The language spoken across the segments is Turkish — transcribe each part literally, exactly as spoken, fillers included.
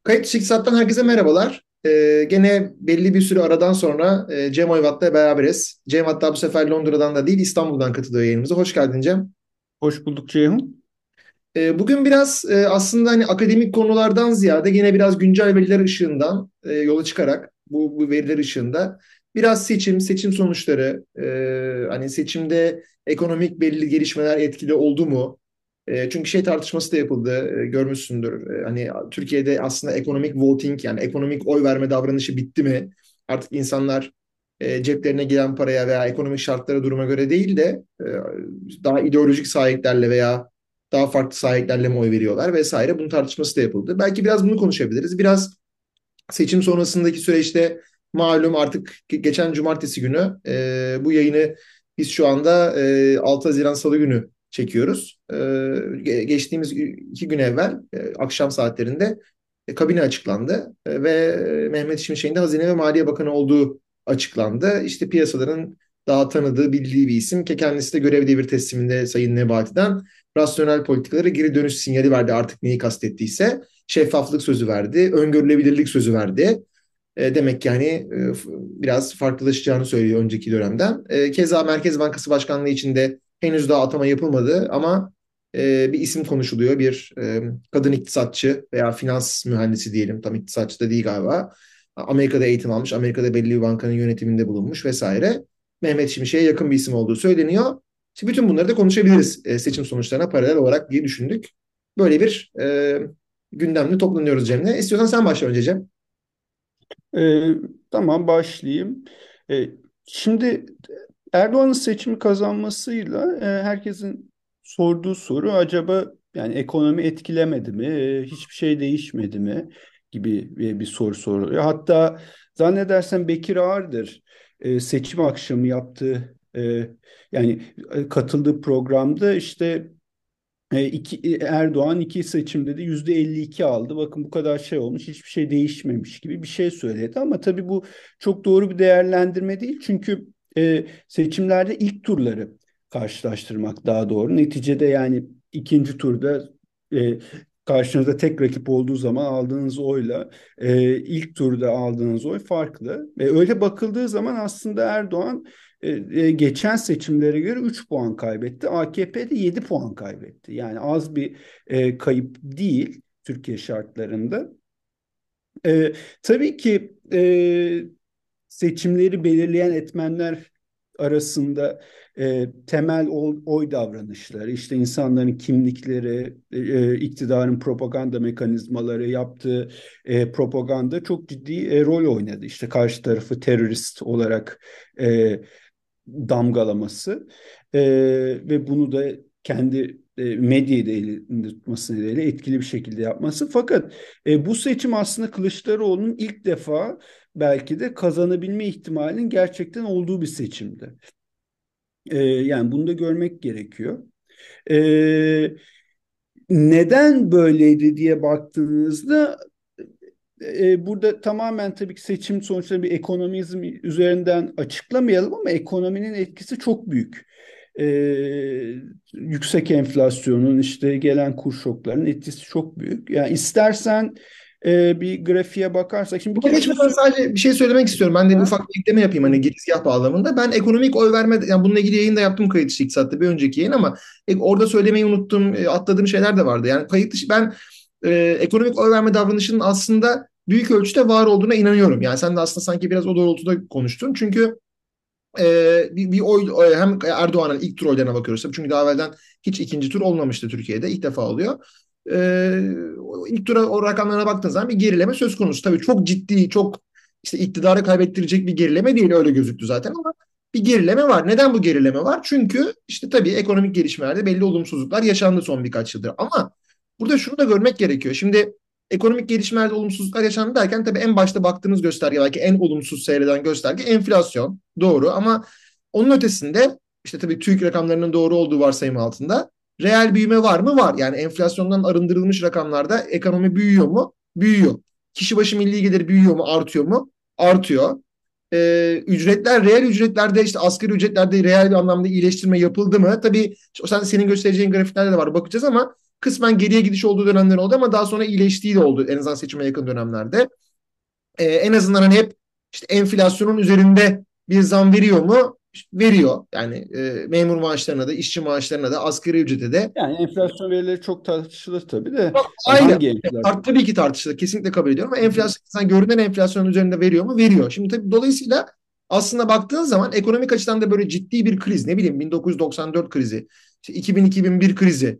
Kayıt dışı İktisat'tan herkese merhabalar. Ee, gene belli bir süre aradan sonra e, Cem Oyvat'la beraberiz. Cem hatta bu sefer Londra'dan da değil İstanbul'dan katılıyor yayınımıza. Hoş geldin Cem. Hoş bulduk Ceyhun. Ee, bugün biraz e, aslında hani akademik konulardan ziyade gene biraz güncel veriler ışığından e, yola çıkarak bu, bu veriler ışığında biraz seçim, seçim sonuçları, e, hani seçimde ekonomik belli gelişmeler etkili oldu mu? E, çünkü şey tartışması da yapıldı, e, görmüşsündür. E, hani Türkiye'de aslında ekonomik voting yani ekonomik oy verme davranışı bitti mi? Artık insanlar e, ceplerine giren paraya veya ekonomik şartlara duruma göre değil de e, daha ideolojik sahiplerle veya daha farklı sahiplerle mi oy veriyorlar vesaire. Bunun tartışması da yapıldı. Belki biraz bunu konuşabiliriz. Biraz seçim sonrasındaki süreçte malum artık geçen cumartesi günü e, bu yayını biz şu anda e, altı Haziran Salı günü çekiyoruz. E, geçtiğimiz iki gün evvel e, akşam saatlerinde e, kabine açıklandı e, ve Mehmet Şimşek'in de Hazine ve Maliye Bakanı olduğu açıklandı. İşte piyasaların daha tanıdığı, bildiği bir isim ki kendisi de görev devir tesliminde Sayın Nebati'den rasyonel politikalara geri dönüş sinyali verdi artık neyi kastettiyse. Şeffaflık sözü verdi, öngörülebilirlik sözü verdi. E, demek ki hani e, biraz farklılaşacağını söylüyor önceki dönemden. E, keza Merkez Bankası Başkanlığı için de henüz daha atama yapılmadı ama e, bir isim konuşuluyor. Bir e, kadın iktisatçı veya finans mühendisi diyelim. Tam iktisatçı da değil galiba. Amerika'da eğitim almış, Amerika'da belli bir bankanın yönetiminde bulunmuş vesaire. Mehmet Şimşek'e yakın bir isim olduğu söyleniyor. Şimdi bütün bunları da konuşabiliriz e, seçim sonuçlarına paralel olarak diye düşündük. Böyle bir e, gündemle toplanıyoruz Cem'le. İstiyorsan sen başla önce Cem. Ee, tamam başlayayım. Ee, şimdi Erdoğan'ın seçimi kazanmasıyla e, herkesin sorduğu soru acaba yani ekonomi etkilemedi mi? E, hiçbir şey değişmedi mi? Gibi bir, bir soru soruluyor. Hatta zannedersem Bekir Ağırdır e, seçim akşamı yaptığı e, yani e, katıldığı programda işte E, iki, e, Erdoğan iki seçimde de yüzde elli iki aldı. Bakın bu kadar şey olmuş, hiçbir şey değişmemiş gibi bir şey söyledi. Ama tabii bu çok doğru bir değerlendirme değil. Çünkü e, seçimlerde ilk turları karşılaştırmak daha doğru. Neticede yani ikinci turda e, karşınızda tek rakip olduğu zaman aldığınız oyla e, ilk turda aldığınız oy farklı. Ve öyle bakıldığı zaman aslında Erdoğan e, e, geçen seçimlere göre üç puan kaybetti. A K P de yedi puan kaybetti. Yani az bir e, kayıp değil Türkiye şartlarında. E, tabii ki e, seçimleri belirleyen etmenler arasında e, temel oy, oy davranışları, işte insanların kimlikleri, e, e, iktidarın propaganda mekanizmaları, yaptığı e, propaganda çok ciddi e, rol oynadı. İşte karşı tarafı terörist olarak e, damgalaması e, ve bunu da kendi e, medyayı da elinde tutması nedeniyle etkili bir şekilde yapması. Fakat e, bu seçim aslında Kılıçdaroğlu'nun ilk defa belki de kazanabilme ihtimalinin gerçekten olduğu bir seçimdi. E, yani bunu da görmek gerekiyor. E, Neden böyleydi diye baktığınızda e, burada tamamen tabii ki seçim sonuçlarını bir ekonomizm üzerinden açıklamayalım ama ekonominin etkisi çok büyük. E, Yüksek enflasyonun işte gelen kur şoklarının etkisi çok büyük. Yani istersen e, bir grafiğe bakarsak şimdi bir Buna kere şunu geçmeden sadece bir şey söylemek istiyorum. Ben de bir söyleyeyim. ufak bir ekleme yapayım hani girizgah bağlamında. Ben ekonomik oy verme, yani bununla ilgili yayın da yaptım kayıt dışı iktisatta bir önceki yayın ama e, orada söylemeyi unuttum, e, atladığım şeyler de vardı. Yani kayıt dışı ben e, ekonomik oy verme davranışının aslında büyük ölçüde var olduğuna inanıyorum. Yani sen de aslında sanki biraz o doğrultuda konuştun. Çünkü e, bir, bir oy e, hem Erdoğan'ın ilk tur oylarına bakıyoruz. Tabii çünkü daha evvelden hiç ikinci tur olmamıştı Türkiye'de. İlk defa oluyor. E, ilk tura o rakamlara baktığın zaman bir gerileme söz konusu. Tabii çok ciddi, çok işte iktidarı kaybettirecek bir gerileme değil öyle gözüktü zaten ama bir gerileme var. Neden bu gerileme var? Çünkü işte tabii ekonomik gelişmelerde belli olumsuzluklar yaşandı son birkaç yıldır. Ama burada şunu da görmek gerekiyor. Şimdi ekonomik gelişmelerde olumsuzluklar yaşandı derken tabii en başta baktığımız gösterge belki en olumsuz seyreden gösterge enflasyon. Doğru ama onun ötesinde işte tabii TÜİK rakamlarının doğru olduğu varsayım altında reel büyüme var mı? Var. Yani enflasyondan arındırılmış rakamlarda ekonomi büyüyor mu? Büyüyor. Kişi başı milli gelir büyüyor mu? Artıyor mu? Artıyor. Ee, ücretler, reel ücretlerde işte asgari ücretlerde reel bir anlamda iyileştirme yapıldı mı? Tabii sen senin göstereceğin grafiklerde de var bakacağız ama Kısmen geriye gidiş olduğu dönemler oldu ama daha sonra iyileştiği de oldu en azından seçime yakın dönemlerde. E, en azından hani hep işte enflasyonun üzerinde bir zam veriyor mu? İşte veriyor. Yani e, memur maaşlarına da, işçi maaşlarına da, asgari ücrete de. Yani enflasyon verileri çok tartışılır tabii de Yok, yani ayrı. hangi enflasyon? Art, tabii ki tartışılır. Kesinlikle kabul ediyorum. Ama Hı hı. enflasyon, sen görünen enflasyonun üzerinde veriyor mu? Veriyor. Şimdi tabii dolayısıyla aslında baktığın zaman ekonomik açıdan da böyle ciddi bir kriz. Ne bileyim bin dokuz yüz doksan dört krizi, işte iki bin-iki bin bir krizi,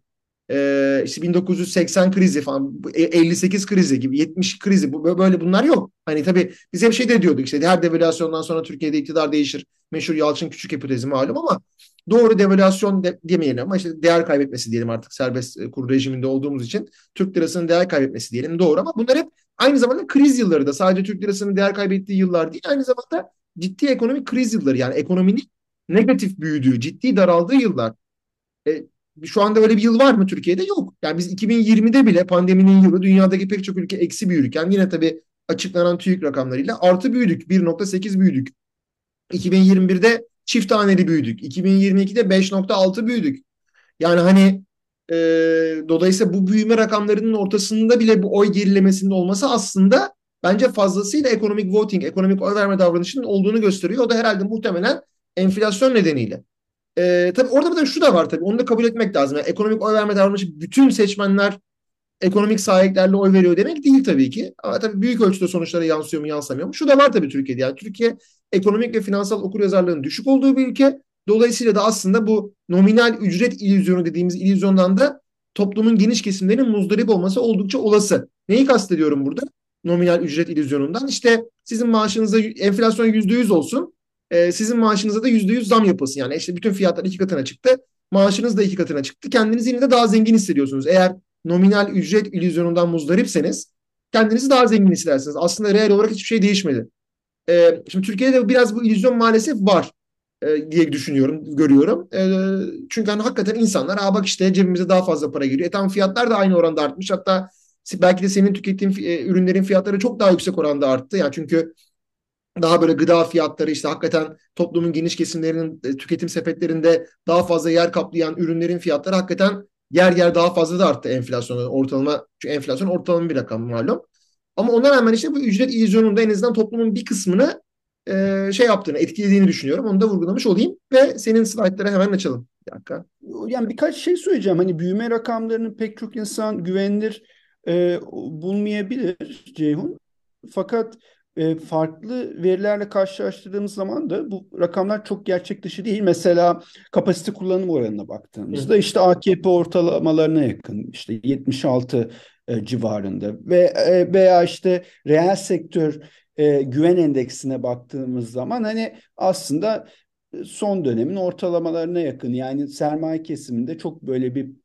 e, işte bin dokuz yüz seksen krizi falan, elli sekiz krizi gibi, yetmiş krizi, bu böyle bunlar yok. Hani tabii biz hep şey de diyorduk, işte her devalüasyondan sonra Türkiye'de iktidar değişir. Meşhur Yalçın Küçük hipotezi malum ama doğru devalüasyon de, demeyelim ama işte değer kaybetmesi diyelim, artık serbest e, kur rejiminde olduğumuz için Türk lirasının değer kaybetmesi diyelim, doğru, ama bunlar hep aynı zamanda kriz yılları da, sadece Türk lirasının değer kaybettiği yıllar değil, aynı zamanda ciddi ekonomik kriz yılları, yani ekonominin negatif büyüdüğü, ciddi daraldığı yıllar. E, Şu anda öyle bir yıl var mı Türkiye'de? Yok. Yani biz iki bin yirmide bile, pandeminin yılı, dünyadaki pek çok ülke eksi büyürken yine tabii açıklanan TÜİK rakamlarıyla artı büyüdük. bir nokta sekiz büyüdük. iki bin yirmi birde çift taneli büyüdük. iki bin yirmi ikide beş nokta altı büyüdük. Yani hani e, dolayısıyla bu büyüme rakamlarının ortasında bile bu oy gerilemesinin olması aslında bence fazlasıyla ekonomik voting, ekonomik oy verme davranışının olduğunu gösteriyor. O da herhalde muhtemelen enflasyon nedeniyle. E, tabii orada bir de şu da var tabii. Onu da kabul etmek lazım. Yani ekonomik oy verme davranışı bütün seçmenler ekonomik sahiplerle oy veriyor demek değil tabii ki. Ama tabii büyük ölçüde sonuçlara yansıyor mu yansımıyor mu? Şu da var tabii Türkiye'de. Yani Türkiye ekonomik ve finansal okuryazarlığın düşük olduğu bir ülke. Dolayısıyla da aslında bu nominal ücret illüzyonu dediğimiz illüzyondan da toplumun geniş kesimlerinin muzdarip olması oldukça olası. Neyi kastediyorum burada? Nominal ücret illüzyonundan. İşte sizin maaşınıza enflasyon yüzde yüz olsun. E, sizin maaşınıza da yüzde yüz zam yapılsın. Yani işte bütün fiyatlar iki katına çıktı. Maaşınız da iki katına çıktı. Kendinizi yine de daha zengin hissediyorsunuz. Eğer nominal ücret illüzyonundan muzdaripseniz kendinizi daha zengin hissedersiniz. Aslında reel olarak hiçbir şey değişmedi. Ee, şimdi Türkiye'de de biraz bu illüzyon maalesef var e, diye düşünüyorum, görüyorum. E, çünkü hani hakikaten insanlar, aa bak işte cebimize daha fazla para giriyor. E tamam, fiyatlar da aynı oranda artmış. Hatta belki de senin tükettiğin e, ürünlerin fiyatları çok daha yüksek oranda arttı. Yani çünkü daha böyle gıda fiyatları, işte hakikaten toplumun geniş kesimlerinin e, tüketim sepetlerinde daha fazla yer kaplayan ürünlerin fiyatları hakikaten yer yer daha fazla da arttı enflasyonun ortalama. Çünkü enflasyon ortalama bir rakam malum. Ama ona rağmen işte bu ücret illüzyonunda en azından toplumun bir kısmını e, şey yaptığını, etkilediğini düşünüyorum. Onu da vurgulamış olayım ve senin slaytlara hemen açalım. Bir dakika. Yani birkaç şey söyleyeceğim. Hani büyüme rakamlarını pek çok insan güvenilir e, bulmayabilir Ceyhun. Fakat e, farklı verilerle karşılaştırdığımız zaman da bu rakamlar çok gerçek dışı değil. Mesela kapasite kullanım oranına Hı. baktığımızda işte A K P ortalamalarına yakın, işte yetmiş altı e, civarında ve e, veya işte reel sektör e, güven endeksine baktığımız zaman hani aslında son dönemin ortalamalarına yakın. Yani sermaye kesiminde çok böyle bir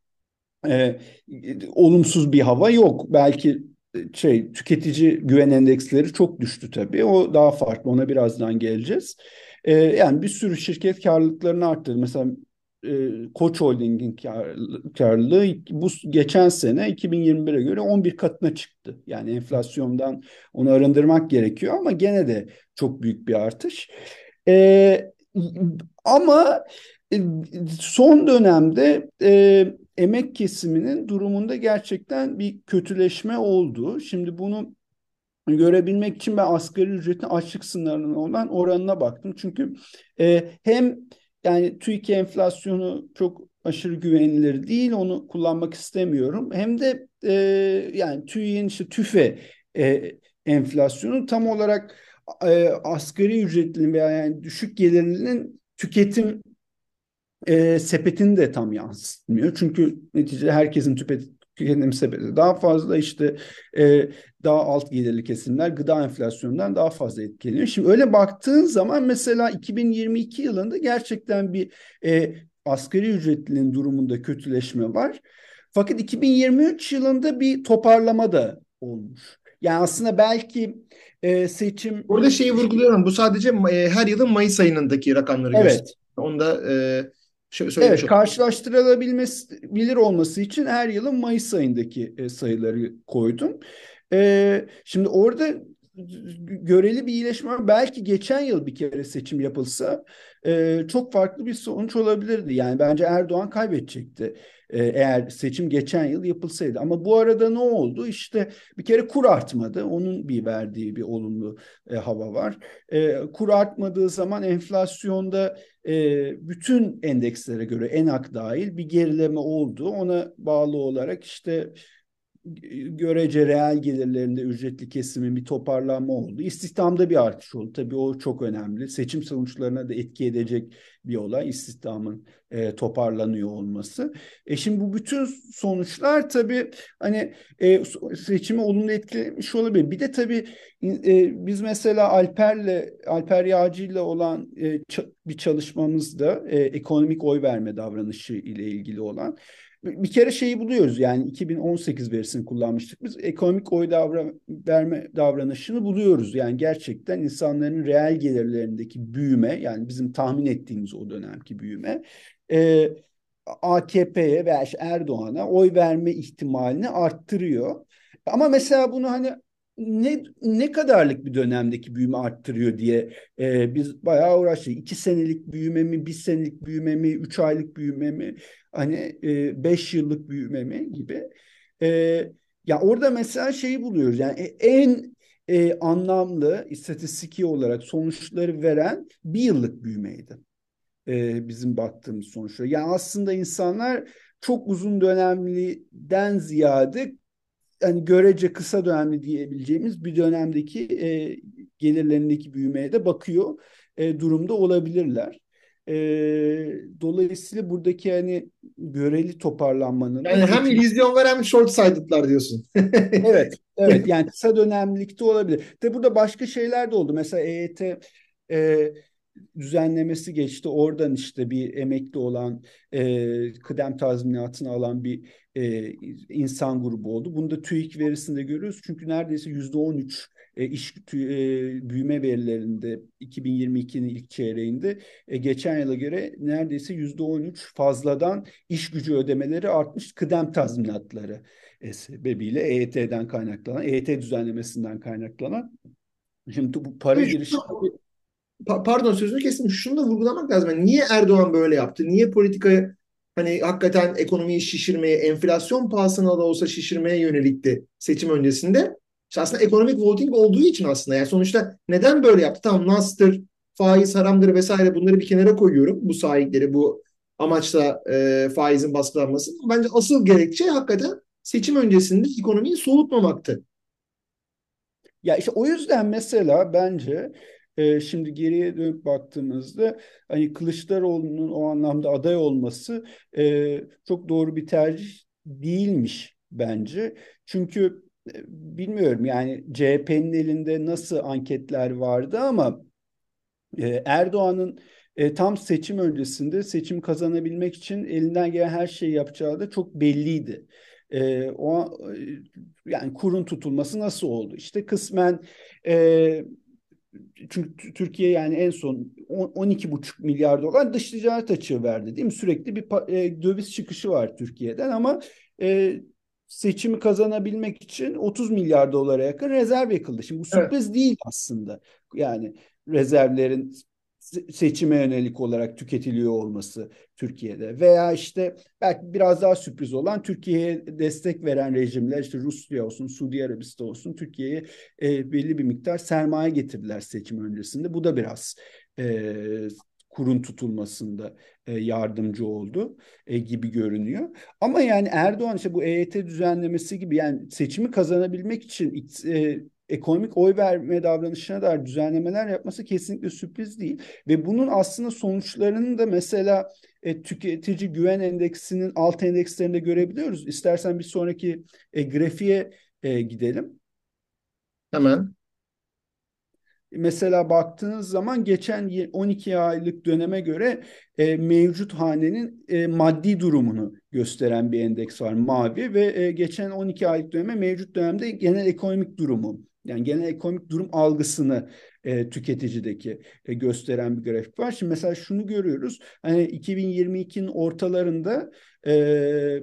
e, olumsuz bir hava yok. Belki e, şey tüketici güven endeksleri çok düştü tabii. O daha farklı. Ona birazdan geleceğiz. E, yani bir sürü şirket karlılıklarını arttırdı. Mesela e, Koç Holding'in kar, karlılığı bu geçen sene iki bin yirmi bire göre on bir katına çıktı. Yani enflasyondan onu arındırmak gerekiyor ama gene de çok büyük bir artış. E, ama e, son dönemde e, emek kesiminin durumunda gerçekten bir kötüleşme oldu. Şimdi bunu görebilmek için ben asgari ücretin açlık sınırına olan oranına baktım. Çünkü e, hem yani TÜİK enflasyonu çok aşırı güvenilir değil, onu kullanmak istemiyorum. Hem de e, yani TÜİK'in işte TÜFE e, enflasyonu tam olarak e, asgari ücretlinin veya yani düşük gelirlinin tüketim e, sepetini de tam yansıtmıyor. Çünkü neticede herkesin tüpe, tüketim sepeti daha fazla, işte e, daha alt gelirli kesimler gıda enflasyonundan daha fazla etkileniyor. Şimdi öyle baktığın zaman mesela iki bin yirmi iki yılında gerçekten bir e, asgari ücretlinin durumunda kötüleşme var. Fakat iki bin yirmi üç yılında bir toparlama da olmuş. Yani aslında belki e, seçim Burada şeyi vurguluyorum. Bu sadece e, her yılın Mayıs ayındaki rakamları gösteriyor. evet. Onu da e, şöyle söylemiş Evet, olayım. karşılaştırılabilmesi bilir olması için her yılın Mayıs ayındaki e, sayıları koydum. E, şimdi orada göreli bir iyileşme var. Belki geçen yıl bir kere seçim yapılsa e, çok farklı bir sonuç olabilirdi. Yani bence Erdoğan kaybedecekti e, eğer seçim geçen yıl yapılsaydı. Ama bu arada ne oldu? İşte bir kere kur artmadı. Onun bir verdiği bir olumlu e, hava var. E, kur artmadığı zaman enflasyonda e, bütün endekslere göre enak dahil bir gerileme oldu. Ona bağlı olarak işte görece reel gelirlerinde ücretli kesimin bir toparlanma oldu. İstihdamda bir artış oldu. Tabii o çok önemli. Seçim sonuçlarına da etki edecek bir olay istihdamın e, toparlanıyor olması. E şimdi bu bütün sonuçlar tabii hani e, seçimi olumlu etkilemiş olabilir. Bir de tabii e, biz mesela Alper'le Alper Yağcı'yla olan e, bir çalışmamızda e, ekonomik oy verme davranışı ile ilgili olan bir kere şeyi buluyoruz yani iki bin on sekiz verisini kullanmıştık. Biz ekonomik oy davra verme davranışını buluyoruz. Yani gerçekten insanların reel gelirlerindeki büyüme yani bizim tahmin ettiğimiz o dönemki büyüme e, A K P'ye veya işte Erdoğan'a oy verme ihtimalini arttırıyor. Ama mesela bunu hani ne ne kadarlık bir dönemdeki büyüme arttırıyor diye e, biz bayağı uğraştık. İki senelik büyüme mi, bir senelik büyüme mi, üç aylık büyüme mi? Hani e, beş yıllık büyüme mi gibi. E, ya orada mesela şeyi buluyoruz. Yani en e, anlamlı istatistiki olarak sonuçları veren bir yıllık büyümeydi. E, bizim baktığımız sonuçlar. Yani aslında insanlar çok uzun dönemliden ziyade hani görece kısa dönemli diyebileceğimiz bir dönemdeki e, gelirlerindeki büyümeye de bakıyor e, durumda olabilirler. E, dolayısıyla buradaki hani göreli toparlanmanın da Yani hem ihtimal. vizyon var hem short sighted'lar diyorsun. Evet, evet. Yani kısa dönemlilikte olabilir. Tabi burada başka şeyler de oldu. Mesela E Y T e, düzenlemesi geçti. Oradan işte bir emekli olan e, kıdem tazminatını alan bir e, insan grubu oldu. Bunu da TÜİK verisinde görüyoruz. Çünkü neredeyse yüzde on üç e, iş e, büyüme verilerinde iki bin yirmi ikinin ilk çeyreğinde e, geçen yıla göre neredeyse yüzde on üç fazladan iş gücü ödemeleri artmış kıdem tazminatları e, sebebiyle E Y T'den kaynaklanan, E Y T düzenlemesinden kaynaklanan. Şimdi bu para Tabii girişi şunu- pa- pardon sözünü kestim. Şunu da vurgulamak lazım. Yani niye Erdoğan böyle yaptı? Niye politikayı hani hakikaten ekonomiyi şişirmeye, enflasyon pahasına da olsa şişirmeye yönelikti seçim öncesinde? İşte aslında ekonomik voting olduğu için aslında. Yani sonuçta neden böyle yaptı? Tamam Nas'tır, faiz haramdır vesaire bunları bir kenara koyuyorum. Bu sahipleri, bu amaçla e, faizin baskılanması. Bence asıl gerekçe hakikaten seçim öncesinde ekonomiyi soğutmamaktı. Ya işte o yüzden mesela bence e, şimdi geriye dönüp baktığımızda hani Kılıçdaroğlu'nun o anlamda aday olması e, çok doğru bir tercih değilmiş bence. Çünkü e, bilmiyorum yani C H P'nin elinde nasıl anketler vardı ama e, Erdoğan'ın e, tam seçim öncesinde seçim kazanabilmek için elinden gelen her şeyi yapacağı da çok belliydi. E, o e, yani kurun tutulması nasıl oldu? İşte kısmen e, çünkü Türkiye yani en son on iki buçuk milyar dolar dış ticaret açığı verdi değil mi? Sürekli bir e, döviz çıkışı var Türkiye'den ama e, seçimi kazanabilmek için otuz milyar dolara yakın rezerv yakıldı. Şimdi bu Evet. sürpriz değil aslında. Yani rezervlerin seçime yönelik olarak tüketiliyor olması Türkiye'de veya işte belki biraz daha sürpriz olan Türkiye'ye destek veren rejimler işte Rusya olsun, Suudi Arabistan olsun Türkiye'ye e, belli bir miktar sermaye getirdiler seçim öncesinde. Bu da biraz e, kurun tutulmasında e, yardımcı oldu e, gibi görünüyor. Ama yani Erdoğan işte bu E Y T düzenlemesi gibi yani seçimi kazanabilmek için e, ekonomik oy verme davranışına dair düzenlemeler yapması kesinlikle sürpriz değil. Ve bunun aslında sonuçlarını da mesela e, tüketici güven endeksinin alt endekslerinde görebiliyoruz. İstersen bir sonraki e, grafiğe e, gidelim. Hemen. Mesela baktığınız zaman geçen on iki aylık döneme göre e, mevcut hanenin e, maddi durumunu gösteren bir endeks var mavi ve e, geçen on iki aylık döneme mevcut dönemde genel ekonomik durumu yani genel ekonomik durum algısını e, tüketicideki e, gösteren bir grafik var. Şimdi mesela şunu görüyoruz. Hani iki bin yirmi ikinin ortalarında e,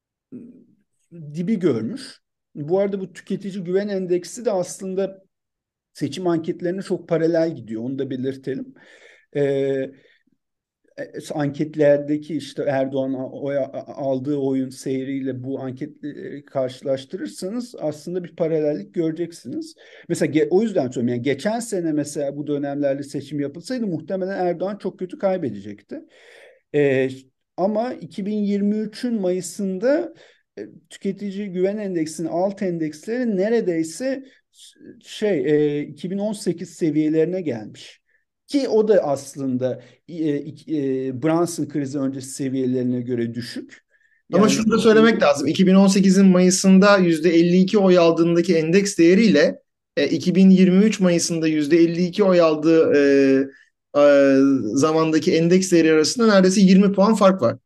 dibi görmüş. Bu arada bu tüketici güven endeksi de aslında seçim anketlerine çok paralel gidiyor. Onu da belirtelim. E, Anketlerdeki işte Erdoğan oy, aldığı oyun seyriyle bu anketleri karşılaştırırsanız aslında bir paralellik göreceksiniz. Mesela o yüzden söylüyorum, yani geçen sene mesela bu dönemlerde seçim yapılsaydı muhtemelen Erdoğan çok kötü kaybedecekti. Ee, Ama iki bin yirmi üçün Mayıs'ında e, tüketici güven endeksinin alt endeksleri neredeyse şey e, iki bin on sekiz seviyelerine gelmiş. Ki o da aslında e, e, Brunson krizi öncesi seviyelerine göre düşük. Ama Yani şunu da e, söylemek lazım. iki bin on sekizin Mayıs'ında yüzde elli iki oy aldığındaki endeks değeriyle e, iki bin yirmi üç Mayıs'ında yüzde elli iki oy aldığı e, e, zamandaki endeks değeri arasında neredeyse yirmi puan fark var.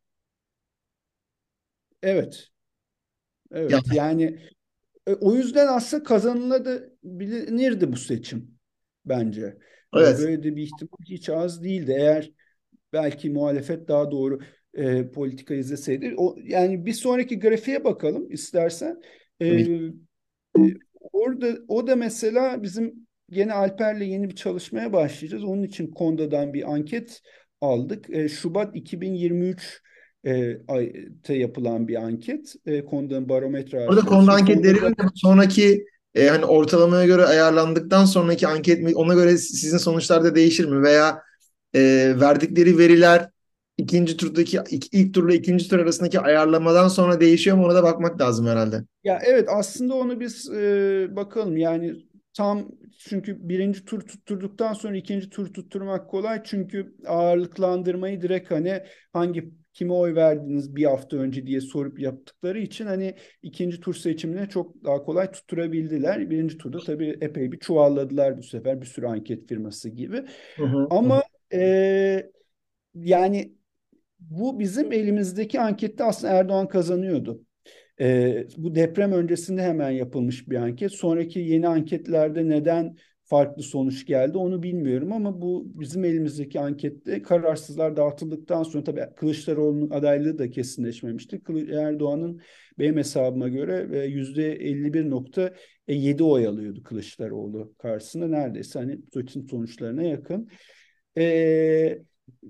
evet, evet. Yani Yani e, o yüzden aslında kazanılabilirdi bu seçim bence. E, evet. böyle de bir ihtimal hiç az değildi. Eğer belki muhalefet daha doğru e, politika izleseydi. O, yani bir sonraki grafiğe bakalım istersen. Tabii ki. E, Orada o da mesela bizim yine Alper'le yeni bir çalışmaya başlayacağız. Onun için Konda'dan bir anket aldık. E, Şubat iki bin yirmi üç e, ayda yapılan bir anket. E, Konda'nın barometre Orada araştırması. konu Şimdi Konda'da anketlerinin de sonraki e, hani ortalamaya göre ayarlandıktan sonraki anket mi ona göre sizin sonuçlar da değişir mi? Veya e, verdikleri veriler ikinci turdaki ilk, ilk turla ikinci tur arasındaki ayarlamadan sonra değişiyor mu? Ona da bakmak lazım herhalde. ya evet, aslında onu biz e, bakalım yani tam, çünkü birinci tur tutturduktan sonra ikinci tur tutturmak kolay, çünkü ağırlıklandırmayı direkt hani hangi kime oy verdiniz bir hafta önce diye sorup yaptıkları için hani ikinci tur seçimine çok daha kolay tutturabildiler. Birinci turda tabii epey bir çuvalladılar bu sefer, bir sürü anket firması gibi. Hı hı, hı. Ama e, yani bu bizim elimizdeki ankette aslında Erdoğan kazanıyordu. Ee, bu deprem öncesinde hemen yapılmış bir anket. Sonraki yeni anketlerde neden farklı sonuç geldi onu bilmiyorum, ama bu bizim elimizdeki ankette kararsızlar dağıtıldıktan sonra tabii Kılıçdaroğlu'nun adaylığı da kesinleşmemişti. Erdoğan'ın benim hesabıma göre yüzde elli bir nokta yedi oy alıyordu Kılıçdaroğlu karşısında, neredeyse hani seçim sonuçlarına yakın. Ee,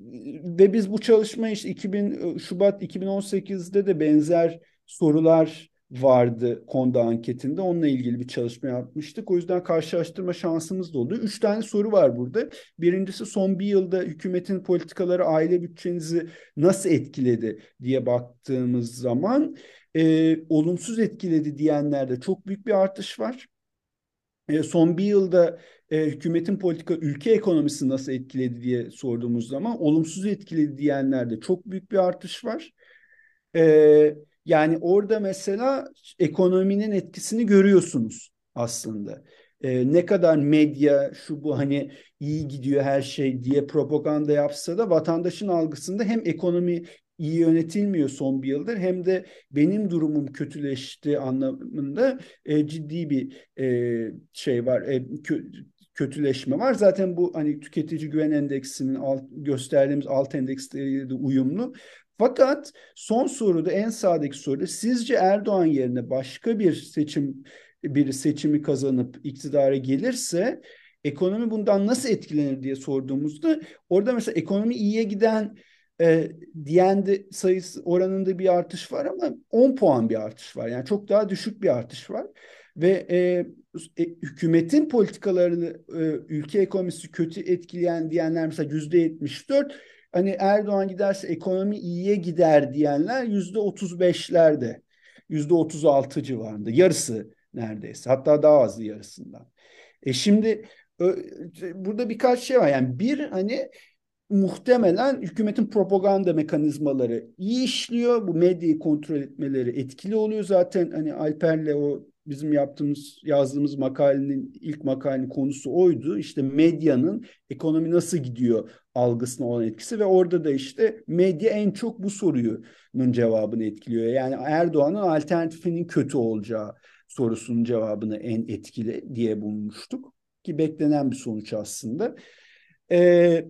Ve biz bu çalışma işte iki bin Şubat iki bin on sekizde de benzer sorular vardı Konda anketinde. Onunla ilgili bir çalışma yapmıştık. O yüzden karşılaştırma şansımız da oldu. Üç tane soru var burada. Birincisi, son bir yılda hükümetin politikaları aile bütçenizi nasıl etkiledi diye baktığımız zaman e, olumsuz etkiledi diyenlerde çok büyük bir artış var. E, son bir yılda e, hükümetin politika ülke ekonomisini nasıl etkiledi diye sorduğumuz zaman olumsuz etkiledi diyenlerde çok büyük bir artış var. E, Yani orada mesela ekonominin etkisini görüyorsunuz aslında. E, ne kadar medya şu bu hani iyi gidiyor her şey diye propaganda yapsa da vatandaşın algısında hem ekonomi iyi yönetilmiyor son bir yıldır, hem de benim durumum kötüleşti anlamında e, ciddi bir e, şey var. E, kö- kötüleşme var. Zaten bu hani tüketici güven endeksinin alt, gösterdiğimiz alt endeksleriyle de uyumlu. Fakat son soruda, en sağdaki soruda, sizce Erdoğan yerine başka bir seçim biri seçimi kazanıp iktidara gelirse ekonomi bundan nasıl etkilenir diye sorduğumuzda, orada mesela ekonomi iyiye giden e, diyen de sayısı oranında bir artış var, ama on puan bir artış var. Yani çok daha düşük bir artış var. Ve e, e, hükümetin politikalarını e, ülke ekonomisi kötü etkileyen diyenler mesela yüzde yetmiş dört, hani Erdoğan giderse ekonomi iyiye gider diyenler yüzde otuz beşlerde, yüzde otuz altı civarında, yarısı neredeyse, hatta daha azı yarısından. E şimdi burada birkaç şey var. Yani bir, hani muhtemelen hükümetin propaganda mekanizmaları iyi işliyor. Bu medyayı kontrol etmeleri etkili oluyor. Zaten hani Alper'le o bizim yaptığımız, yazdığımız makalenin ilk makalenin konusu oydu. İşte medyanın ekonomi nasıl gidiyor algısına olan etkisi, ve orada da işte medya en çok bu sorunun cevabını etkiliyor. Yani Erdoğan'ın alternatifinin kötü olacağı sorusunun cevabını en etkili diye bulmuştuk. Ki beklenen bir sonuç aslında. Ee,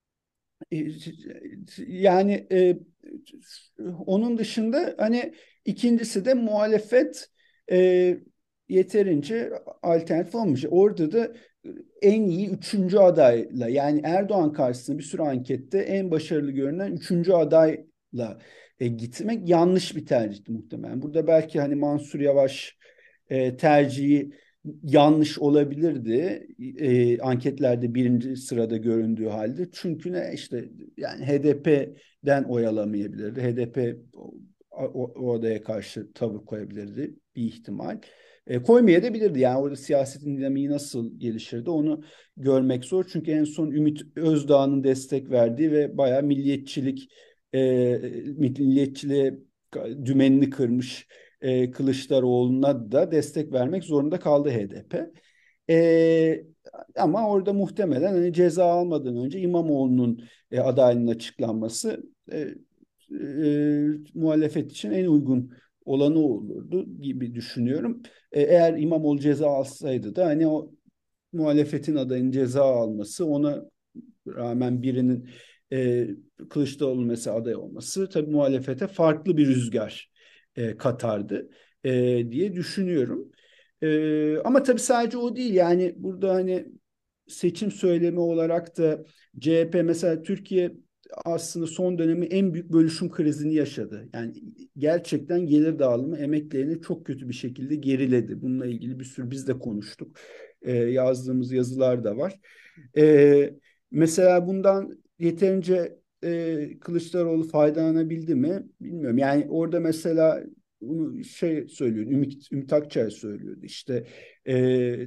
Yani e, onun dışında hani ikincisi de muhalefet e, yeterince alternatif olmuş. Orada da en iyi üçüncü adayla, yani Erdoğan karşısında bir sürü ankette en başarılı görünen üçüncü adayla e, gitmek yanlış bir tercihti muhtemelen. Burada belki hani Mansur Yavaş e, tercihi yanlış olabilirdi. E, anketlerde birinci sırada göründüğü halde. Çünkü ne işte, yani H D P'den oy alamayabilirdi. H D P o, o, o adaya karşı tavır koyabilirdi, bir ihtimal. E, koymaya da bilirdi. Yani orada siyasetin dinamiği nasıl gelişirdi onu görmek zor. Çünkü en son Ümit Özdağ'ın destek verdiği ve bayağı milliyetçilik e, milliyetçiliğe dümenini kırmış e, Kılıçdaroğlu'na da destek vermek zorunda kaldı H D P. E, Ama orada muhtemelen hani ceza almadan önce İmamoğlu'nun e, adaylığının açıklanması e, e, muhalefet için en uygun olanı olurdu gibi düşünüyorum. E, eğer İmamoğlu ceza alsaydı da hani o muhalefetin adayının ceza alması, ona rağmen birinin e, Kılıçdaroğlu mesela aday olması tabii muhalefete farklı bir rüzgar e, katardı e, diye düşünüyorum. E, ama tabii sadece o değil, yani burada hani seçim söylemi olarak da C H P mesela, Türkiye aslında son dönemi en büyük bölüşüm krizini yaşadı. Yani gerçekten gelir dağılımı emeklerini çok kötü bir şekilde geriledi. Bununla ilgili bir sürü biz de konuştuk. E, yazdığımız yazılar da var. E, Mesela bundan yeterince e, Kılıçdaroğlu faydalanabildi mi bilmiyorum. Yani orada mesela bunu şey söylüyor, Ümit, Ümit Akçay söylüyordu. İşte e,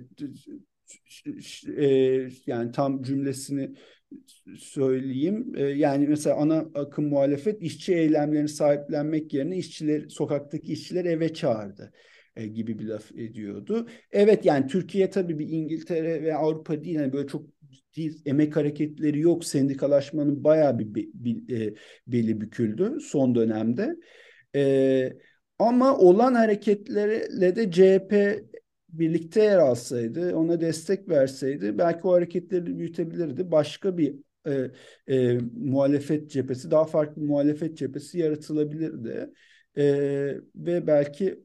e, yani tam cümlesini söyleyeyim. E, yani mesela ana akım muhalefet işçi eylemlerini sahiplenmek yerine işçiler, sokaktaki işçiler eve çağırdı e, gibi bir laf ediyordu. Evet, yani Türkiye tabii bir İngiltere ve Avrupa değil. Yani böyle çok ciddi emek hareketleri yok. Sendikalaşmanın bayağı bir, bir, bir e, beli büküldü son dönemde. E, Ama olan hareketlerle de C H P birlikte yer alsaydı, ona destek verseydi belki o hareketleri büyütebilirdi. Başka bir e, e, muhalefet cephesi, daha farklı bir muhalefet cephesi yaratılabilirdi. E, Ve belki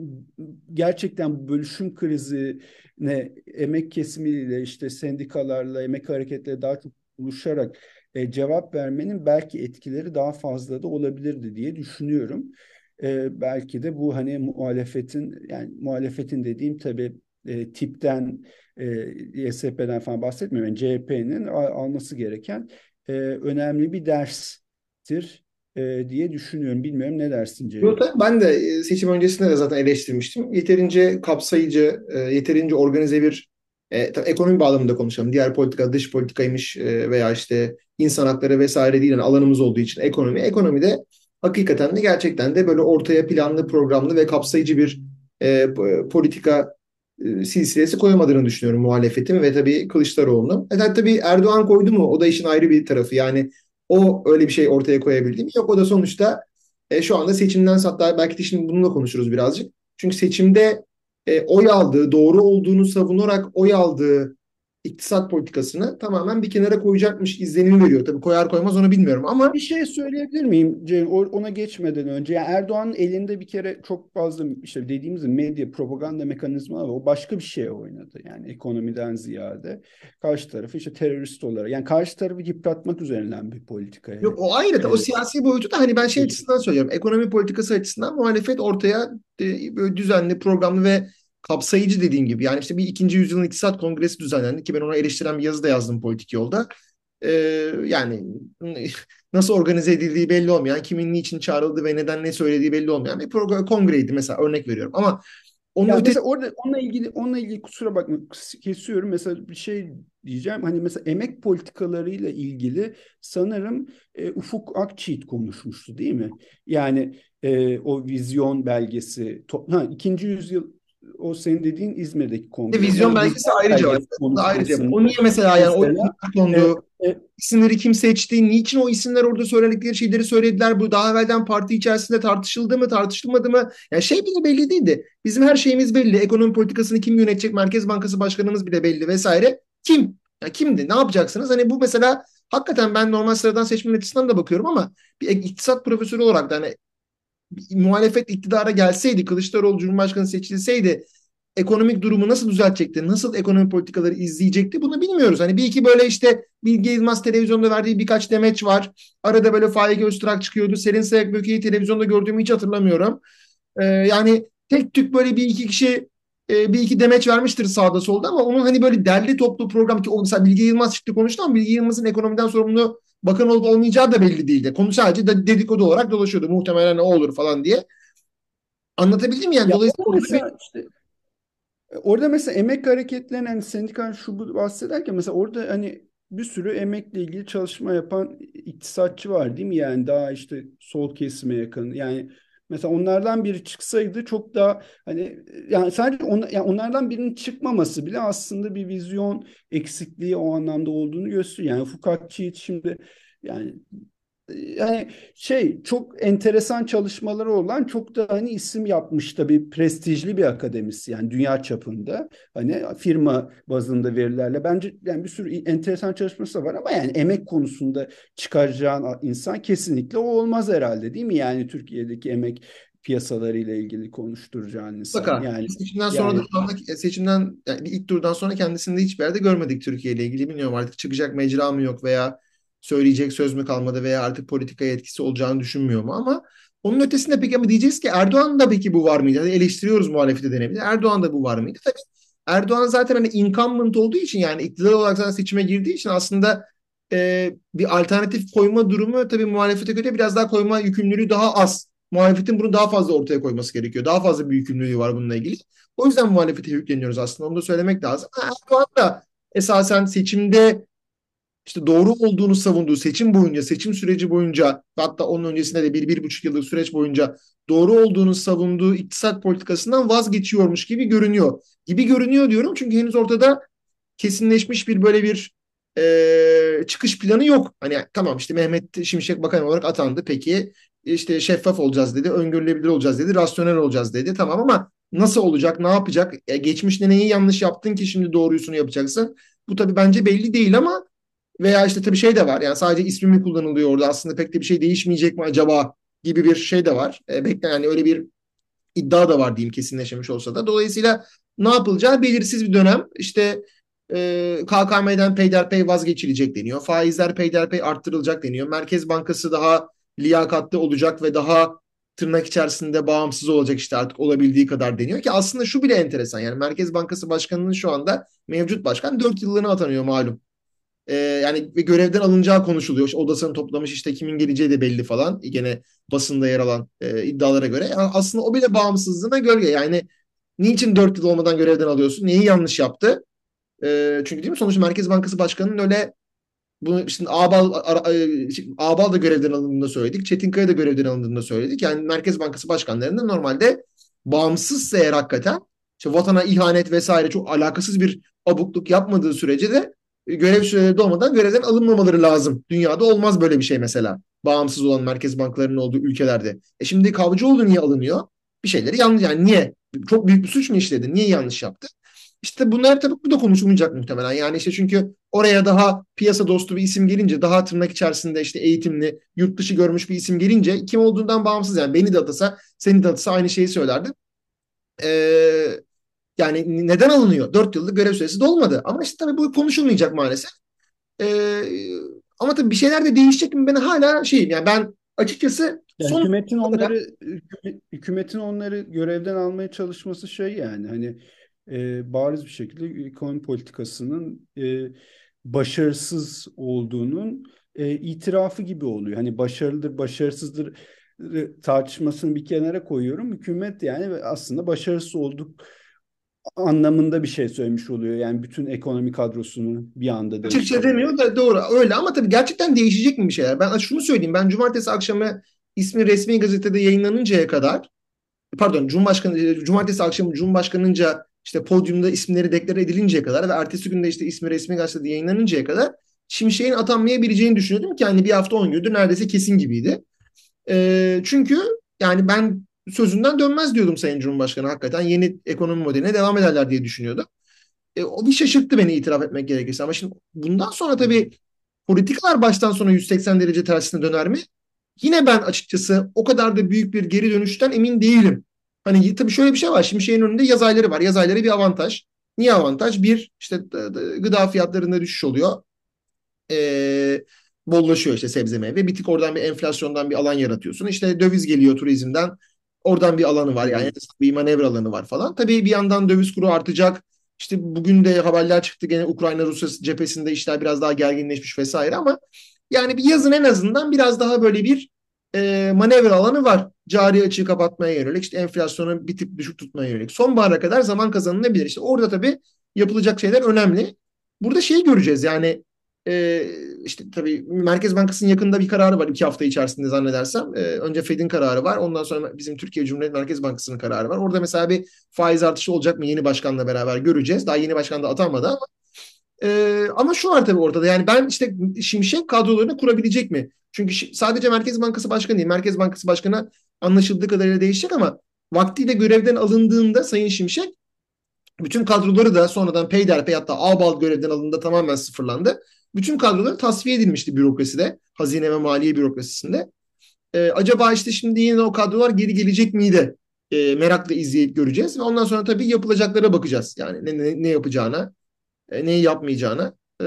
gerçekten bu bölüşüm krizine emek kesimiyle, işte sendikalarla, emek hareketleri daha çok buluşarak e, cevap vermenin belki etkileri daha fazla da olabilirdi diye düşünüyorum. E, belki de bu hani muhalefetin, yani muhalefetin dediğim tabii e, tipten, e, Y S P'den falan bahsetmiyorum. Yani C H P'nin alması gereken e, önemli bir derstir e, diye düşünüyorum. Bilmiyorum, ne dersin Yok, Ceyhun? tabii ben de e, seçim öncesinde de zaten eleştirmiştim. Yeterince kapsayıcı, e, yeterince organize bir e, tabii ekonomi bağlamında konuşalım. Diğer politika dış politikaymış e, veya işte insan hakları vesaire değil. Yani alanımız olduğu için ekonomi. Ekonomide hakikaten de gerçekten de böyle ortaya planlı, programlı ve kapsayıcı bir e, politika e, silsilesi koyamadığını düşünüyorum muhalefetin ve tabii Kılıçdaroğlu'nun. E, tabii Erdoğan koydu mu? O da işin ayrı bir tarafı. Yani o öyle bir şey ortaya koyabildi mi? Yok, o da sonuçta e, şu anda seçimden, hatta belki de şimdi bununla konuşuruz birazcık. Çünkü seçimde e, oy aldığı, doğru olduğunu savunarak oy aldığı iktisat politikasını tamamen bir kenara koyacakmış izlenimi veriyor. Tabii koyar koymaz onu bilmiyorum ama Bir şey söyleyebilir miyim Cem? O- Ona geçmeden önce, yani Erdoğan'ın elinde bir kere çok fazla işte dediğimiz gibi medya propaganda mekanizmaları var. O başka bir şey oynadı. Yani ekonomiden ziyade karşı tarafı işte terörist olarak, yani karşı tarafı yıpratmak üzerinden bir politikaya yok, o ayrı, o e, siyasi boyutu da hani ben şey geçti. açısından söylüyorum. Ekonomi politikası açısından muhalefet ortaya e, böyle düzenli, programlı ve kapsayıcı dediğim gibi. Yani işte bir ikinci yüzyılın iktisat kongresi düzenlendi ki ben ona eleştiren bir yazı da yazdım Politik Yolda. Ee, Yani nasıl organize edildiği belli olmayan, kimin niçin çağrıldığı ve neden ne söylediği belli olmayan bir program, kongreydi mesela, örnek veriyorum. Ama onun Yani ötesi mesela orada onunla ilgili onunla ilgili kusura bakma kesiyorum. Mesela bir şey diyeceğim. Hani mesela emek politikalarıyla ilgili sanırım e, Ufuk Akçiğit konuşmuştu, değil mi? Yani e, o vizyon belgesi, to- ha, ikinci yüzyıl, o senin dediğin İzmir'deki kongre. vizyon O belgesi vizyon ayrıca var. belgesi O da ayrıca. konuşmasında O niye mesela, yani o mesela kimler e, kondu, e, isimleri kim seçti, niçin o isimler orada söyledikleri şeyleri söylediler, bu daha evvelden parti içerisinde tartışıldı mı, tartışılmadı mı? Yani şey bile belli değildi. Bizim her şeyimiz belli. Ekonomi politikasını kim yönetecek, Merkez Bankası Başkanımız bile belli vesaire. Kim? Ya kimdi? Ne yapacaksınız? Hani bu mesela hakikaten ben normal sıradan seçmen açısından da bakıyorum ama bir iktisat profesörü olarak da hani muhalefet iktidara gelseydi, Kılıçdaroğlu Cumhurbaşkanı seçilseydi ekonomik durumu nasıl düzeltecekti, nasıl ekonomi politikaları izleyecekti bunu bilmiyoruz. Hani bir iki böyle işte Bilge Yılmaz televizyonda verdiği birkaç demeç var. Arada böyle Faik Öztürk çıkıyordu. Selin Sayıkböke'yi televizyonda gördüğümü hiç hatırlamıyorum. Ee, yani tek tük böyle bir iki kişi e, bir iki demeç vermiştir sağda solda ama onun hani böyle derli toplu program ki o mesela Bilge Yılmaz çıktı konuştu ama Bilge Yılmaz'ın ekonomiden sorumlu bakan olup olmayacağı da belli değildi. Konu sadece de- dedikodu olarak dolaşıyordu. Muhtemelen o olur falan diye. Anlatabildim mi yani? Ya Dolayısıyla orada orada bir mesela işte E, Orada mesela emek hareketlerinin hani sendikal şu bu bahsederken mesela orada hani bir sürü emekle ilgili çalışma yapan iktisatçı var değil mi? Yani daha işte sol kesime yakın. Yani mesela onlardan biri çıksaydı çok daha hani yani sadece on, yani onlardan birinin çıkmaması bile aslında bir vizyon eksikliği o anlamda olduğunu gösteriyor. Yani Foucault Çiğit şimdi yani yani şey çok enteresan çalışmaları olan çok da hani isim yapmış tabii prestijli bir akademisyen dünya çapında hani firma bazında verilerle bence yani bir sürü enteresan çalışması da var ama yani emek konusunda çıkaracağın insan kesinlikle o olmaz herhalde değil mi? Yani Türkiye'deki emek piyasalarıyla ilgili konuşturacağın insan mutlaka. yani Seçimden sonra da yani şu anda seçimden yani ilk turdan sonra kendisini de hiçbir yerde görmedik Türkiye ile ilgili. Bilmiyorum artık çıkacak mecra mı yok veya söyleyecek söz mü kalmadı veya artık politikaya etkisi olacağını düşünmüyor mu ama onun ötesinde peki ama diyeceğiz ki Erdoğan da peki bu var mıydı? Hani eleştiriyoruz muhalefeti denebilir. Erdoğan da bu var mıydı? Tabii Erdoğan zaten hani incumbent olduğu için yani iktidar olarak zaten seçime girdiği için aslında e, bir alternatif koyma durumu tabii muhalefete göre biraz daha koyma yükümlülüğü daha az. Muhalefetin bunu daha fazla ortaya koyması gerekiyor. Daha fazla bir yükümlülüğü var bununla ilgili. O yüzden muhalefete yükleniyoruz aslında. Onu da söylemek lazım. Erdoğan da esasen seçimde işte doğru olduğunu savunduğu seçim boyunca, seçim süreci boyunca hatta onun öncesinde de bir, bir buçuk yıllık süreç boyunca doğru olduğunu savunduğu iktisat politikasından vazgeçiyormuş gibi görünüyor. Gibi görünüyor diyorum çünkü henüz ortada kesinleşmiş bir böyle bir e, çıkış planı yok. Hani tamam işte Mehmet Şimşek bakan olarak atandı. Peki işte şeffaf olacağız dedi, öngörülebilir olacağız dedi, rasyonel olacağız dedi. Tamam ama nasıl olacak, ne yapacak? E, geçmişte neyi yanlış yaptın ki şimdi doğrusunu yapacaksın? Bu tabii bence belli değil ama veya işte tabii şey de var. Yani sadece ismi mi kullanılıyor orada? Aslında pek de bir şey değişmeyecek mi acaba gibi bir şey de var. E, bekle yani öyle bir iddia da var diyeyim kesinleşmemiş olsa da. Dolayısıyla ne yapılacağı belirsiz bir dönem. İşte e, K K M'den peyderpey vazgeçilecek deniyor. Faizler peyderpey arttırılacak deniyor. Merkez Bankası daha liyakatli olacak ve daha tırnak içerisinde bağımsız olacak işte artık olabildiği kadar deniyor ki aslında şu bile enteresan yani Merkez Bankası Başkanı'nın şu anda mevcut başkan dört yıllığına atanıyor malum. Ee, yani ve görevden alınacağı konuşuluyor. İşte odasını toplamış işte kimin geleceği de belli falan. Gene basında yer alan e, iddialara göre. Yani aslında o bile bağımsızlığına gölge. Yani niçin dört yıl olmadan görevden alıyorsun? Neyi yanlış yaptı? Ee, çünkü değil mi? Sonuçta Merkez Bankası Başkanı'nın öyle bunu işte Ağbal, ara- e, Ağbal da görevden alındığında söyledik. Çetinkaya da görevden alındığında söyledik. Yani Merkez Bankası başkanlarının normalde bağımsızsa eğer hakikaten işte vatana ihanet vesaire çok alakasız bir abukluk yapmadığı sürece de e, görev süreleri dolmadan görevden alınmamaları lazım. Dünyada olmaz böyle bir şey mesela. Bağımsız olan merkez bankalarının olduğu ülkelerde. E şimdi Kavcıoğlu niye alınıyor? Bir şeyleri yanlış yani niye? Çok büyük bir suç mu işledi? Niye yanlış yaptı? İşte bunlar tabii bu da konuşulmayacak muhtemelen. Yani işte çünkü oraya daha piyasa dostu bir isim gelince, daha tırnak içerisinde işte eğitimli, yurt dışı görmüş bir isim gelince kim olduğundan bağımsız yani beni de atasa, seni de atasa aynı şeyi söylerdim. Ee, yani neden alınıyor? Dört yıllık görev süresi dolmadı. Ama işte tabii bu konuşulmayacak maalesef. Ee, ama tabii bir şeyler de değişecek mi ben hala şeyim yani ben açıkçası Ya son hükümetin kadar onları hükümet- hükümetin onları görevden almaya çalışması şey yani hani e, bariz bir şekilde ekonomi politikasının e, başarısız olduğunun e, itirafı gibi oluyor. Hani başarılıdır, başarısızdır e, tartışmasını bir kenara koyuyorum. Hükümet yani aslında başarısız olduk anlamında bir şey söylemiş oluyor. Yani bütün ekonomi kadrosunu bir anda açıkça demiyor değiştirerek. da doğru öyle ama tabii gerçekten değişecek mi bir şeyler? Ben şunu söyleyeyim ben cumartesi akşamı ismi resmi gazetede yayınlanıncaya kadar pardon Cumhurbaşkanı Cumartesi akşamı Cumhurbaşkanınca işte podyumda isimleri deklare edilinceye kadar ve ertesi günde işte ismi resmi gazetede yayınlanıncaya kadar Şimşek'in atanmayabileceğini düşünüyordum ki hani bir hafta on gündür neredeyse kesin gibiydi. Ee, çünkü yani ben sözünden dönmez diyordum Sayın Cumhurbaşkanı hakikaten yeni ekonomi modeline devam ederler diye düşünüyordum. E, o bir şaşırttı beni itiraf etmek gerekirse ama şimdi bundan sonra tabii politikalar baştan sona yüz seksen derece tersine döner mi? Yine ben açıkçası o kadar da büyük bir geri dönüşten emin değilim. Hani tabii şöyle bir şey var. Şimdi şeyin önünde yaz ayları var. Yaz ayları bir avantaj. Niye avantaj? Bir, işte gıda fiyatlarında düşüş oluyor. Ee, Bollaşıyor işte sebze meyve. Bir tık oradan bir enflasyondan bir alan yaratıyorsun. İşte döviz geliyor turizmden. Oradan bir alanı var. Yani bir manevra alanı var falan. Tabii bir yandan döviz kuru artacak. İşte bugün de haberler çıktı. Gene Ukrayna-Rusya cephesinde işler biraz daha gerginleşmiş vesaire ama yani bir yazın en azından biraz daha böyle bir e, manevra alanı var. Cari açığı kapatmaya yönelik, işte enflasyonu bir tık düşük tutmaya yönelik. Sonbahara kadar zaman kazanılabilir. İşte orada tabii yapılacak şeyler önemli. Burada şeyi göreceğiz yani e, işte tabii Merkez Bankası'nın yakında bir kararı var iki hafta içerisinde zannedersem. E, önce Fed'in kararı var. Ondan sonra bizim Türkiye Cumhuriyet Merkez Bankası'nın kararı var. Orada mesela bir faiz artışı olacak mı yeni başkanla beraber göreceğiz. Daha yeni başkan da atanmadı ama ee, ama şu var tabii ortada. Yani ben işte Şimşek kadrolarını kurabilecek mi? Çünkü şi- sadece Merkez Bankası Başkanı değil. Merkez Bankası Başkanı anlaşıldığı kadarıyla değişecek ama vaktiyle görevden alındığında Sayın Şimşek bütün kadroları da sonradan peyderpey hatta Ağbal görevden alındığında tamamen sıfırlandı. Bütün kadroları tasfiye edilmişti bürokraside. Hazine ve Maliye bürokrasisinde. Ee, acaba işte şimdi yine o kadrolar geri gelecek miydi? Ee, merakla izleyip göreceğiz. Ve ondan sonra tabii yapılacaklara bakacağız. Yani ne, ne, ne yapacağına, e, neyi yapmayacağına. Ee,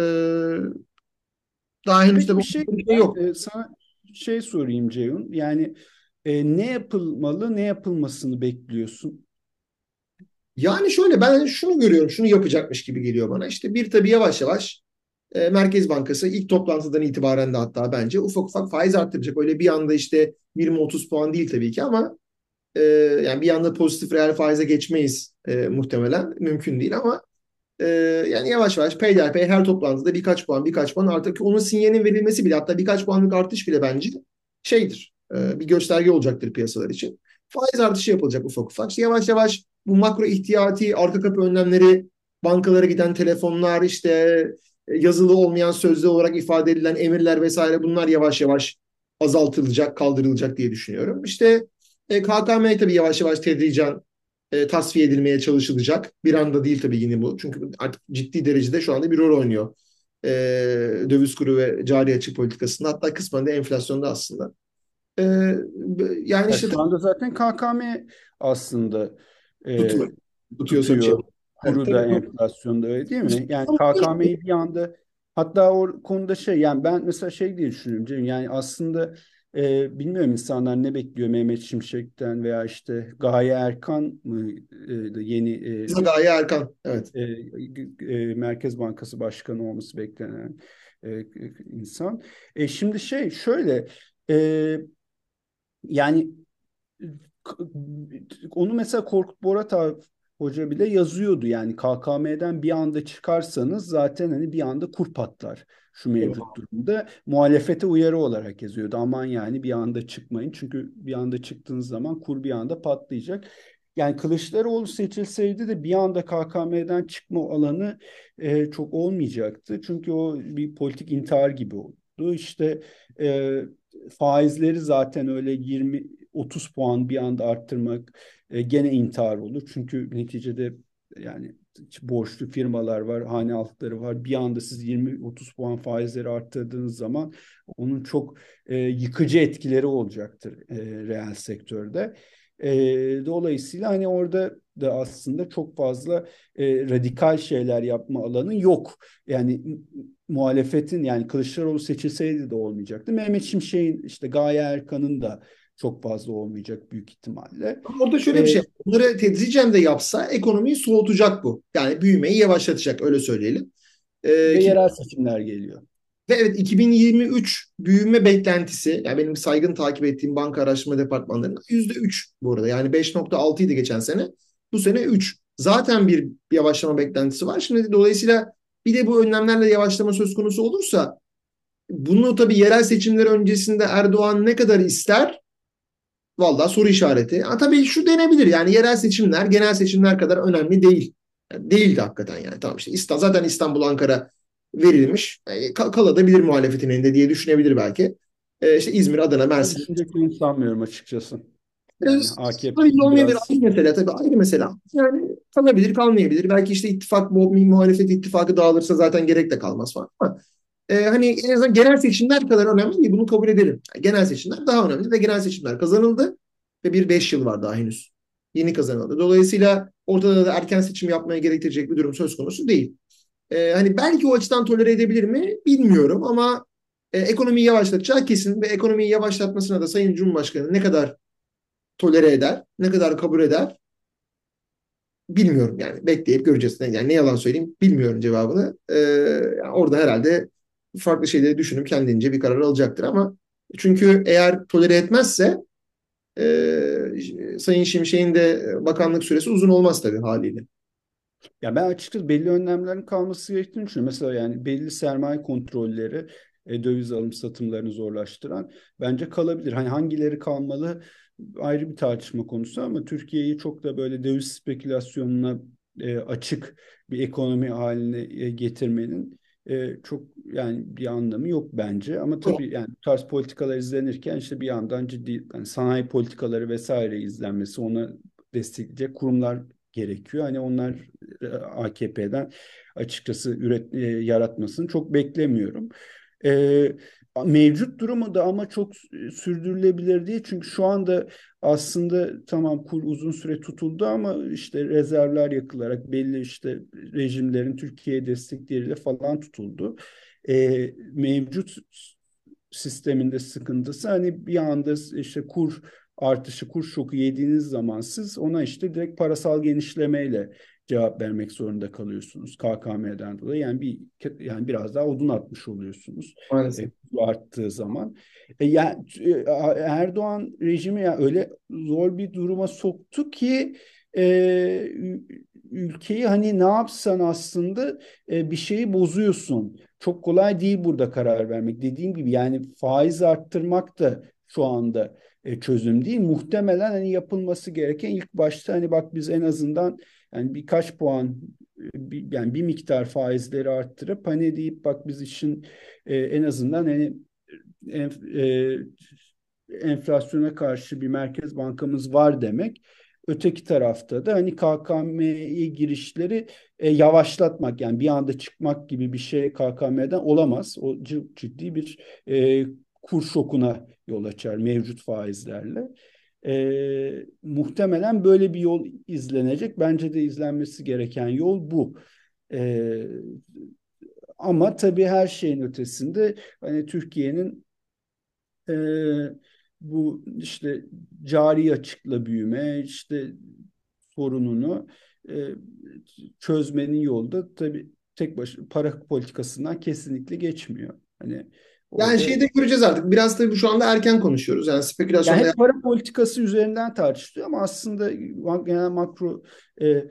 Daha henüz de Peki bir bu şey bir şey yok. e, sana şey sorayım Ceyhun. Yani e, ne yapılmalı, ne yapılmasını bekliyorsun? Yani şöyle ben şunu görüyorum, şunu yapacakmış gibi geliyor bana. İşte bir tabii yavaş yavaş e, Merkez Bankası ilk toplantıdan itibaren de hatta bence ufak ufak faiz arttıracak. Öyle bir anda işte yirmi otuz puan değil tabii ki ama e, yani bir anda pozitif reel faize geçmeyiz e, muhtemelen. Mümkün değil ama e, yani yavaş yavaş peyderpey her toplantıda birkaç puan birkaç puan artık onun sinyalinin verilmesi bile hatta birkaç puanlık artış bile bence şeydir. E, bir gösterge olacaktır piyasalar için. Faiz artışı yapılacak ufak ufak. İşte yavaş yavaş bu makro ihtiyati arka kapı önlemleri, bankalara giden telefonlar, işte e, yazılı olmayan sözlü olarak ifade edilen emirler vesaire bunlar yavaş yavaş azaltılacak, kaldırılacak diye düşünüyorum. İşte e, K K M tabii yavaş yavaş tedricen e, tasfiye edilmeye çalışılacak. Bir anda değil tabii yine bu. Çünkü artık ciddi derecede şu anda bir rol oynuyor. E, Döviz kuru ve cari açık politikasında hatta kısmen de enflasyonda aslında. E, Yani Ya işte şu anda zaten K K M aslında e, tutuyor. Tutuyorsa bir şey. tutuyor. Evet, Kuru da tabii. enflasyonda öyle değil mi? Yani K K M'yi bir anda hatta o konuda şey yani ben mesela şey diye düşünüyorum Cem, yani aslında e, bilmiyorum insanlar ne bekliyor Mehmet Şimşek'ten veya işte Gaye Erkan mı e, yeni e, Gaye Erkan. Evet. e, e, Merkez Bankası Başkanı olması beklenen e, insan. E, şimdi şey şöyle e, yani onu mesela Korkut Borat Hoca bile yazıyordu. Yani K K M'den bir anda çıkarsanız zaten hani bir anda kur patlar şu mevcut durumda. Muhalefete uyarı olarak yazıyordu. Aman yani bir anda çıkmayın. Çünkü bir anda çıktığınız zaman kur bir anda patlayacak. Yani Kılıçdaroğlu seçilseydi de bir anda K K M'den çıkma alanı e, çok olmayacaktı. Çünkü o bir politik intihar gibi oldu. İşte e, faizleri zaten öyle yirmi otuz puan bir anda arttırmak e, gene intihar olur. Çünkü neticede yani borçlu firmalar var, hane halkları var. Bir anda siz yirmi otuz puan faizleri arttırdığınız zaman onun çok e, yıkıcı etkileri olacaktır e, reel sektörde. E, Dolayısıyla hani orada da aslında çok fazla e, radikal şeyler yapma alanı yok. Yani muhalefetin yani Kılıçdaroğlu seçilseydi de olmayacaktı. Mehmet Şimşek'in işte Gaye Erkan'ın da çok fazla olmayacak büyük ihtimalle. Ama orada şöyle bir E, şey. Bunları tedricen de yapsa ekonomiyi soğutacak bu. Yani büyümeyi yavaşlatacak öyle söyleyelim. Ee, Ve ki yerel seçimler geliyor. Ve evet iki bin yirmi üç büyüme beklentisi yani benim saygın takip ettiğim banka araştırma departmanlarında yüzde üç bu arada. Yani beş nokta altı idi geçen sene. Bu sene üç. Zaten bir yavaşlama beklentisi var. Şimdi dolayısıyla bir de bu önlemlerle yavaşlama söz konusu olursa bunu tabii yerel seçimler öncesinde Erdoğan ne kadar ister? Vallahi soru işareti. Ha, tabii şu denebilir yani yerel seçimler genel seçimler kadar önemli değil. Yani değildi hakikaten yani. Tamam işte İstanbul, zaten İstanbul, Ankara verilmiş. E, kalabilir muhalefetin elinde diye düşünebilir belki. E, işte İzmir, Adana, Ama Mersin. düşüneceklerini sanmıyorum açıkçası. E, Yani A K Tabii P'nin olmayabilir biraz ayrı mesele tabii ayrı mesele. Yani kalabilir kalmayabilir. Belki işte ittifak, bu muhalefet ittifakı dağılırsa zaten gerek de kalmaz falan. Ama e, hani en azından genel seçimler kadar önemli değil. Bunu kabul edelim. Yani genel seçimler daha önemli ve genel seçimler kazanıldı ve bir beş yıl var daha henüz. Yeni kazanıldı. Dolayısıyla ortada da erken seçim yapmaya gerektirecek bir durum söz konusu değil. Ee, hani belki o açıdan tolere edebilir mi bilmiyorum ama e, ekonomiyi yavaşlatacağı kesin ve ekonomiyi yavaşlatmasına da Sayın Cumhurbaşkanı ne kadar tolere eder, ne kadar kabul eder bilmiyorum yani. Bekleyip göreceğiz. Yani ne yalan söyleyeyim bilmiyorum cevabını. Ee, yani orada herhalde farklı şeyleri düşünüp kendince bir karar alacaktır ama çünkü eğer tolere etmezse e, Sayın Şimşek'in de bakanlık süresi uzun olmaz tabii haliyle. Ya ben açıkçası belli önlemlerin kalması gerektiğini düşünüyorum. Mesela yani belli sermaye kontrolleri e, döviz alım satımlarını zorlaştıran bence kalabilir. Hani hangileri kalmalı ayrı bir tartışma konusu ama Türkiye'yi çok da böyle döviz spekülasyonuna e, açık bir ekonomi haline e, getirmenin e, çok yani bir anlamı yok bence. Ama tabii yani bu tarz politikalar izlenirken işte bir yandan ciddi yani sanayi politikaları vesaire izlenmesi, ona destekleyecek kurumlar gerekiyor. Hani onlar e, A K P'den açıkçası üret, e, yaratmasını çok beklemiyorum. E, Mevcut durumu da ama çok sürdürülebilir değil. Çünkü şu anda aslında tamam kur uzun süre tutuldu ama işte rezervler yakılarak belli işte rejimlerin Türkiye destekleriyle falan tutuldu. E, mevcut sisteminde sıkıntısı hani bir anda işte kur artışı, kur şoku yediğiniz zaman siz ona işte direkt parasal genişlemeyle cevap vermek zorunda kalıyorsunuz K K M'den dolayı. Yani bir yani biraz daha odun atmış oluyorsunuz e, Maalesef. arttığı zaman. E, yani e, Erdoğan rejimi ya öyle zor bir duruma soktu ki e, ülkeyi hani ne yapsan aslında e, bir şeyi bozuyorsun. Çok kolay değil burada karar vermek. Dediğim gibi yani faiz arttırmak da şu anda e, çözüm değil. Muhtemelen hani yapılması gereken ilk başta hani bak biz en azından yani birkaç puan e, bir, yani bir miktar faizleri arttırıp hani deyip bak biz işin e, en azından hani enf, e, enflasyona karşı bir merkez bankamız var demek. Öteki tarafta da hani K K M'ye girişleri e, yavaşlatmak yani bir anda çıkmak gibi bir şey K K M'den olamaz. O ciddi bir e, kur şokuna yol açar mevcut faizlerle. E, muhtemelen böyle bir yol izlenecek. Bence de izlenmesi gereken yol bu. E, ama tabii her şeyin ötesinde hani Türkiye'nin e, bu işte cari açıkla büyüme işte sorununu e, çözmenin yolu da tabii tek başına para politikasından kesinlikle geçmiyor. Hani Yani orada şeyi de göreceğiz artık. Biraz tabii şu anda erken konuşuyoruz. Yani yani spekülasyonda hep para politikası üzerinden tartışılıyor ama aslında genel makro e,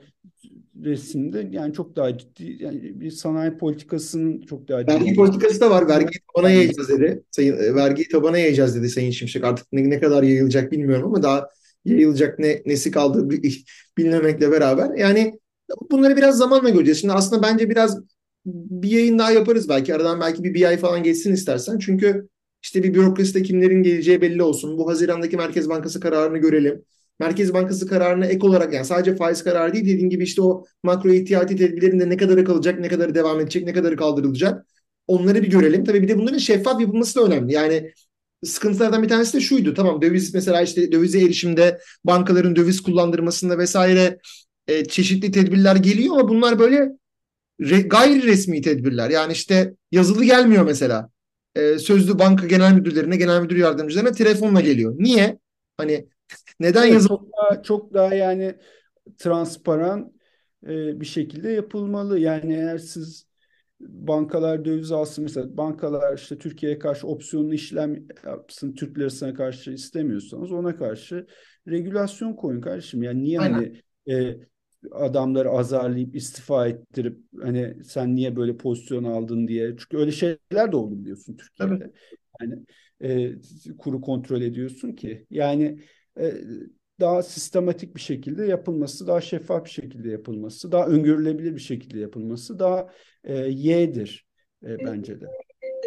resimde yani çok daha ciddi yani bir sanayi politikasının çok daha vergi ciddi politikası da var. bir Vergiyi tabana yayacağız dedi. Sayın, e, vergiyi tabana yayacağız dedi Sayın Şimşek. Artık ne, ne kadar yayılacak bilmiyorum ama daha yayılacak ne nesi kaldı bi- bilmemekle beraber. Yani bunları biraz zamanla göreceğiz. Şimdi aslında bence biraz bir yayın daha yaparız belki. Aradan belki bir, bir ay falan geçsin istersen. Çünkü işte bir bürokraside kimlerin geleceği belli olsun. Bu Haziran'daki Merkez Bankası kararını görelim. Merkez Bankası kararına ek olarak yani sadece faiz kararı değil dediğin gibi işte o makro ihtiyati tedbirlerinde ne kadarı kalacak, ne kadarı devam edecek, ne kadarı kaldırılacak. Onları bir görelim. Tabii bir de bunların şeffaf yapılması da önemli. Yani sıkıntılardan bir tanesi de şuydu. Tamam döviz mesela işte dövize erişimde bankaların döviz kullandırmasında vesaire e, çeşitli tedbirler geliyor ama bunlar böyle re, gayri resmi tedbirler. Yani işte yazılı gelmiyor mesela. E, sözlü banka genel müdürlerine, genel müdür yardımcılarına telefonla geliyor. Niye? Hani neden evet yazılı? çok daha çok daha yani transparan e, bir şekilde yapılmalı. Yani eğer siz bankalar döviz alsın mesela bankalar işte Türkiye'ye karşı opsiyonlu işlem yapsın Türk lirasına karşı istemiyorsanız ona karşı regülasyon koyun kardeşim. Yani niye Aynen. hani e, adamları azarlayıp istifa ettirip hani sen niye böyle pozisyon aldın diye. Çünkü öyle şeyler de oldu biliyorsun Tabii. Türkiye'de. Yani e, kuru kontrol ediyorsun ki. Yani e, daha sistematik bir şekilde yapılması, daha şeffaf bir şekilde yapılması, daha öngörülebilir bir şekilde yapılması daha e, Y'dir e, bence de.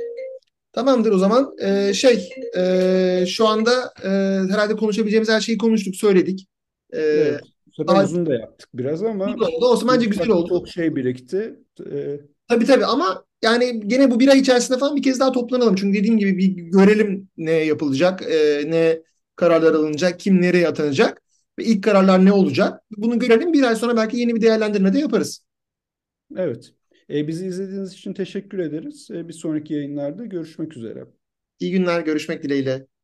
Tamamdır o zaman. Ee, şey e, şu anda e, herhalde konuşabileceğimiz her şeyi konuştuk, söyledik. Ee, Evet, bu sefer daha uzun da yaptık biraz ama oldu. Olsun bence güzel mutfakta oldu. çok şey birikti. E, Tabii tabii ama yani gene bu bir ay içerisinde falan bir kez daha toplanalım. Çünkü dediğim gibi bir görelim ne yapılacak, e, ne kararlar alınacak, kim nereye atanacak. ve ilk kararlar ne olacak? Bunu görelim. Bir ay sonra belki yeni bir değerlendirme de yaparız. Evet. E, bizi izlediğiniz için teşekkür ederiz. E, bir sonraki yayınlarda görüşmek üzere. İyi günler, görüşmek dileğiyle.